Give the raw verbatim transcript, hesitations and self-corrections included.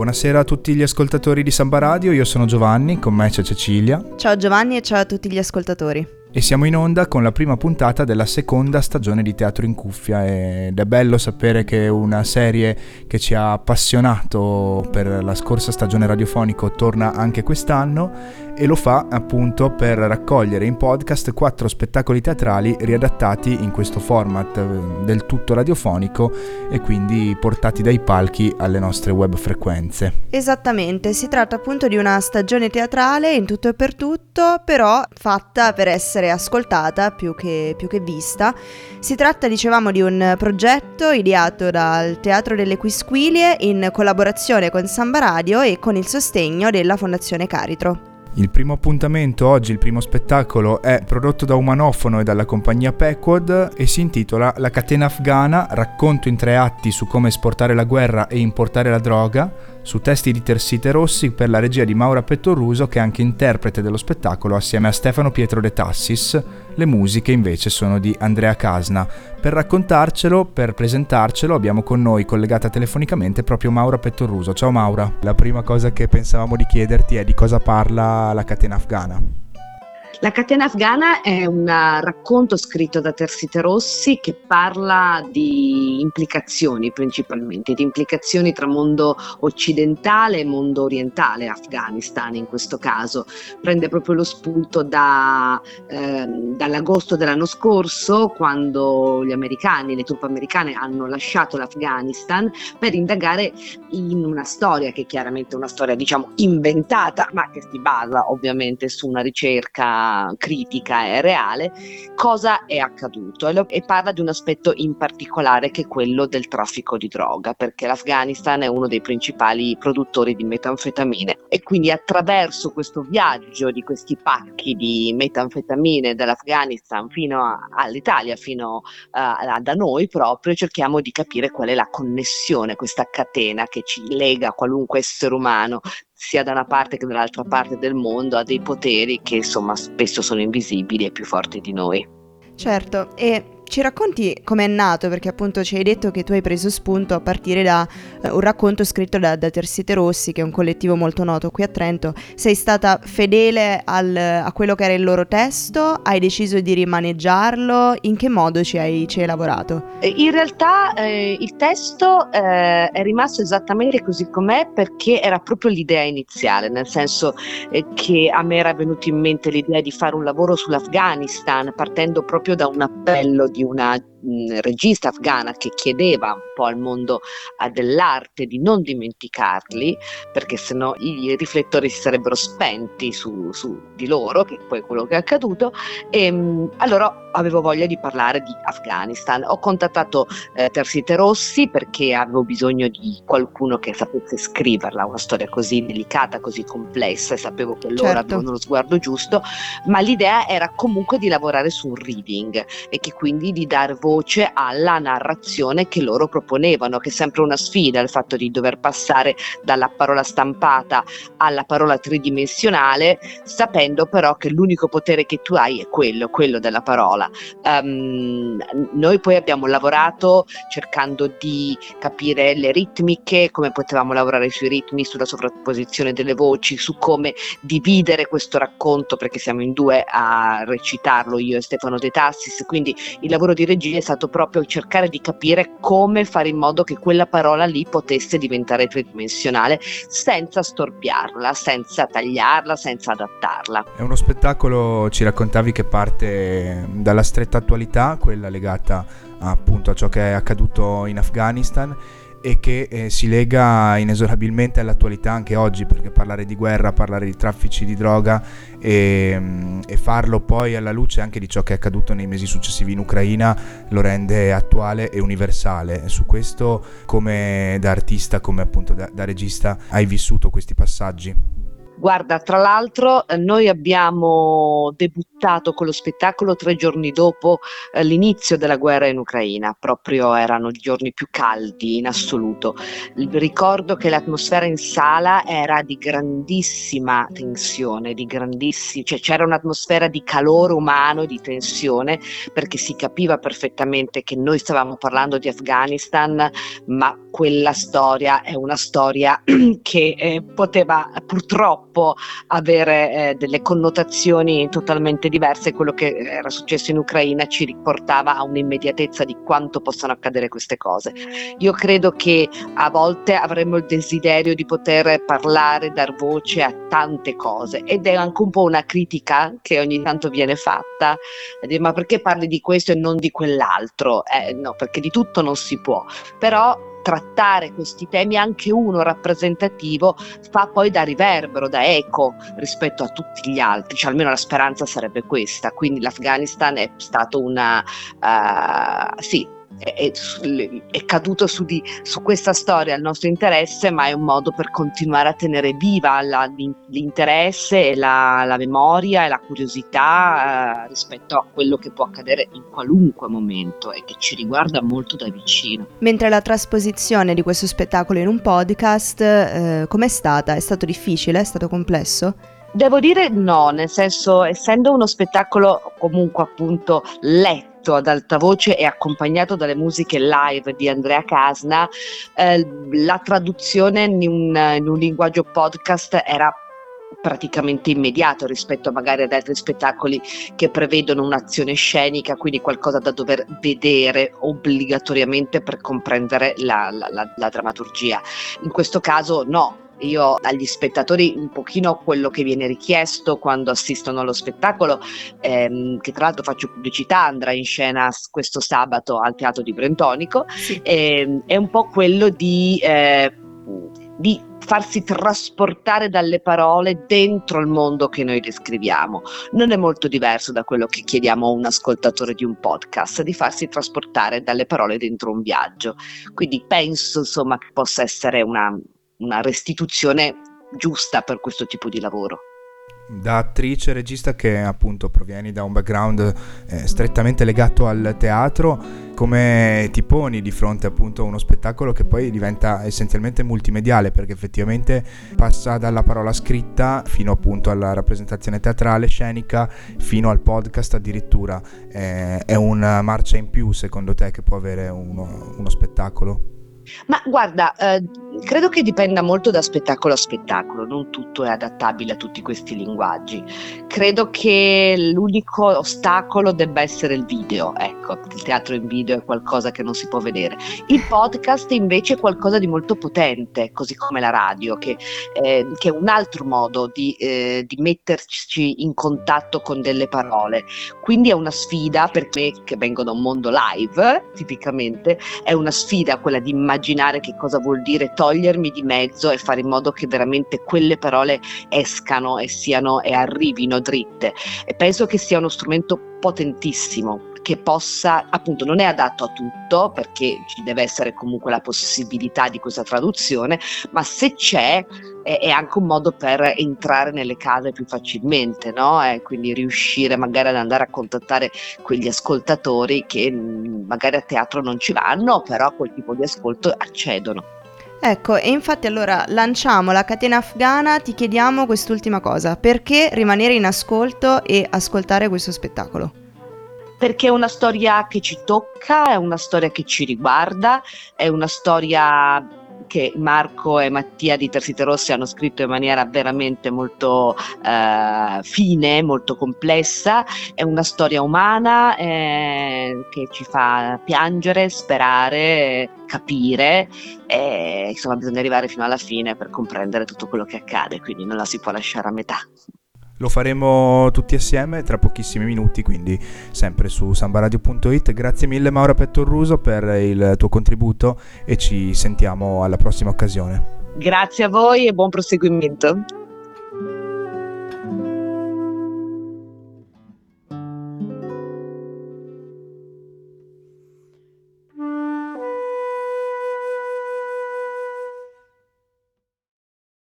buonasera a tutti gli ascoltatori di Samba Radio, io sono Giovanni, con me c'è Cecilia. Ciao Giovanni e ciao a tutti gli ascoltatori. E siamo in onda con la prima puntata della seconda stagione di Teatro in Cuffia ed è bello sapere che una serie che ci ha appassionato per la scorsa stagione radiofonica torna anche quest'anno e lo fa appunto per raccogliere in podcast quattro spettacoli teatrali riadattati in questo format del tutto radiofonico e quindi portati dai palchi alle nostre web frequenze. Esattamente, si tratta appunto di una stagione teatrale in tutto e per tutto, però fatta per essere ascoltata più che, più che vista. Si tratta, dicevamo, di un progetto ideato dal Teatro delle Quisquilie in collaborazione con Samba Radio e con il sostegno della Fondazione Caritro. Il primo appuntamento oggi, il primo spettacolo, è prodotto da Umanofono e dalla compagnia Pequod e si intitola La catena afghana, racconto in tre atti su come esportare la guerra e importare la droga, su testi di Tersite Rossi per la regia di Maura Pettoruso, che è anche interprete dello spettacolo assieme a Stefano Pietro De Tassis. Le musiche invece sono di Andrea Casna. Per raccontarcelo, per presentarcelo, abbiamo con noi collegata telefonicamente proprio Maura Pettoruso. Ciao Maura. La prima cosa che pensavamo di chiederti è di cosa parla La catena afghana. La catena afghana è un racconto scritto da Tersite Rossi che parla di implicazioni principalmente, di implicazioni tra mondo occidentale e mondo orientale, Afghanistan in questo caso. Prende proprio lo spunto da, eh, dall'agosto dell'anno scorso, quando gli americani, le truppe americane hanno lasciato l'Afghanistan per indagare in una storia che è chiaramente una storia diciamo inventata, ma che si basa ovviamente su una ricerca critica e reale, cosa è accaduto, e, lo, e parla di un aspetto in particolare che è quello del traffico di droga, perché l'Afghanistan è uno dei principali produttori di metanfetamine e quindi attraverso questo viaggio di questi pacchi di metanfetamine dall'Afghanistan fino a, all'Italia, fino a, a, da noi proprio, cerchiamo di capire qual è la connessione, questa catena che ci lega a qualunque essere umano, sia da una parte che dall'altra parte del mondo, ha dei poteri che insomma spesso sono invisibili e più forti di noi. Certo, e ci racconti com'è nato, perché appunto ci hai detto che tu hai preso spunto a partire da eh, un racconto scritto da, da Tersite Rossi, che è un collettivo molto noto qui a Trento. Sei stata fedele al, a quello che era il loro testo? Hai deciso di rimaneggiarlo? In che modo ci hai, ci hai lavorato? In realtà eh, il testo eh, è rimasto esattamente così com'è, perché era proprio l'idea iniziale, nel senso eh, che a me era venuta in mente l'idea di fare un lavoro sull'Afghanistan partendo proprio da un appello di una mh, regista afghana che chiedeva un po' al mondo uh, dell'arte di non dimenticarli, perché sennò i riflettori si sarebbero spenti su, su di loro, che poi è quello che è accaduto, e mh, allora avevo voglia di parlare di Afghanistan. Ho contattato eh, Tersite Rossi perché avevo bisogno di qualcuno che sapesse scriverla, una storia così delicata, così complessa, e sapevo che loro Certo. avevano lo sguardo giusto, ma l'idea era comunque di lavorare su un reading e che quindi di dar voce alla narrazione che loro proponevano, che è sempre una sfida, il fatto di dover passare dalla parola stampata alla parola tridimensionale, sapendo però che l'unico potere che tu hai è quello, quello della parola. Um, noi poi abbiamo lavorato cercando di capire le ritmiche, come potevamo lavorare sui ritmi, sulla sovrapposizione delle voci, su come dividere questo racconto, perché siamo in due a recitarlo, io e Stefano De Tassis, quindi il lavoro di regia è stato proprio cercare di capire come fare in modo che quella parola lì potesse diventare tridimensionale senza storpiarla, senza tagliarla, senza adattarla. È uno spettacolo, ci raccontavi, che parte dalla stretta attualità, quella legata appunto a ciò che è accaduto in Afghanistan, e che eh, si lega inesorabilmente all'attualità anche oggi, perché parlare di guerra, parlare di traffici di droga e, e farlo poi alla luce anche di ciò che è accaduto nei mesi successivi in Ucraina lo rende attuale e universale. Su questo, come da artista, come appunto da, da regista, hai vissuto questi passaggi? Guarda, tra l'altro eh, noi abbiamo debuttato con lo spettacolo tre giorni dopo eh, l'inizio della guerra in Ucraina, proprio erano i giorni più caldi in assoluto. Il- ricordo che l'atmosfera in sala era di grandissima tensione, di grandissimi, cioè c'era un'atmosfera di calore umano e di tensione, perché si capiva perfettamente che noi stavamo parlando di Afghanistan, ma quella storia è una storia che eh, poteva purtroppo avere eh, delle connotazioni totalmente diverse. Quello che era successo in Ucraina ci riportava a un'immediatezza di quanto possano accadere queste cose. Io credo che a volte avremmo il desiderio di poter parlare, dar voce a tante cose, ed è anche un po' una critica che ogni tanto viene fatta, dire, ma perché parli di questo e non di quell'altro? Eh, no, perché di tutto non si può, però trattare questi temi, anche uno rappresentativo, fa poi da riverbero, da eco rispetto a tutti gli altri, cioè almeno la speranza sarebbe questa. Quindi l'Afghanistan è stato una uh, sì è, è, è caduto su, di, su questa storia il nostro interesse, ma è un modo per continuare a tenere viva la, l'interesse e la, la memoria e la curiosità uh, rispetto a quello che può accadere in qualunque momento e che ci riguarda molto da vicino. Mentre la trasposizione di questo spettacolo in un podcast, eh, com'è stata? È stato difficile? È stato complesso? Devo dire no, nel senso, essendo uno spettacolo comunque appunto letto ad alta voce e accompagnato dalle musiche live di Andrea Casna, eh, la traduzione in un, in un linguaggio podcast era praticamente immediato rispetto magari ad altri spettacoli che prevedono un'azione scenica, quindi qualcosa da dover vedere obbligatoriamente per comprendere la, la, la, la drammaturgia. In questo caso no. Io agli spettatori un pochino quello che viene richiesto quando assistono allo spettacolo, ehm, che tra l'altro faccio pubblicità, andrà in scena questo sabato al Teatro di Brentonico, sì. ehm, è un po' quello di, eh, di farsi trasportare dalle parole dentro il mondo che noi descriviamo. Non è molto diverso da quello che chiediamo a un ascoltatore di un podcast, di farsi trasportare dalle parole dentro un viaggio. Quindi penso insomma che possa essere una una restituzione giusta per questo tipo di lavoro. Da attrice e regista che appunto provieni da un background eh, strettamente legato al teatro, come ti poni di fronte appunto a uno spettacolo che poi diventa essenzialmente multimediale, perché effettivamente passa dalla parola scritta fino appunto alla rappresentazione teatrale, scenica, fino al podcast addirittura. Eh, è una marcia in più secondo te che può avere uno, uno spettacolo? Ma guarda, eh, credo che dipenda molto da spettacolo a spettacolo, non tutto è adattabile a tutti questi linguaggi. Credo che l'unico ostacolo debba essere il video, ecco, il teatro in video è qualcosa che non si può vedere. Il podcast invece è qualcosa di molto potente, così come la radio, che, eh, che è un altro modo di, eh, di metterci in contatto con delle parole. Quindi è una sfida per me che vengo da un mondo live, tipicamente, è una sfida quella di immaginare immaginare che cosa vuol dire togliermi di mezzo e fare in modo che veramente quelle parole escano e siano e arrivino dritte, e penso che sia uno strumento potentissimo che possa, appunto, non è adatto a tutto perché ci deve essere comunque la possibilità di questa traduzione, ma se c'è è, è anche un modo per entrare nelle case più facilmente, no? E quindi riuscire magari ad andare a contattare quegli ascoltatori che mh, magari a teatro non ci vanno, però a quel tipo di ascolto accedono. Ecco, e infatti allora lanciamo la catena afghana, ti chiediamo quest'ultima cosa: perché rimanere in ascolto e ascoltare questo spettacolo? Perché è una storia che ci tocca, è una storia che ci riguarda, è una storia che Marco e Mattia di Terzite Rosse hanno scritto in maniera veramente molto eh, fine, molto complessa. È una storia umana eh, che ci fa piangere, sperare, capire, e insomma bisogna arrivare fino alla fine per comprendere tutto quello che accade, quindi non la si può lasciare a metà. Lo faremo tutti assieme tra pochissimi minuti, quindi sempre su sambaradio punto it. Grazie mille Maura Pettorruso per il tuo contributo e ci sentiamo alla prossima occasione. Grazie a voi e buon proseguimento.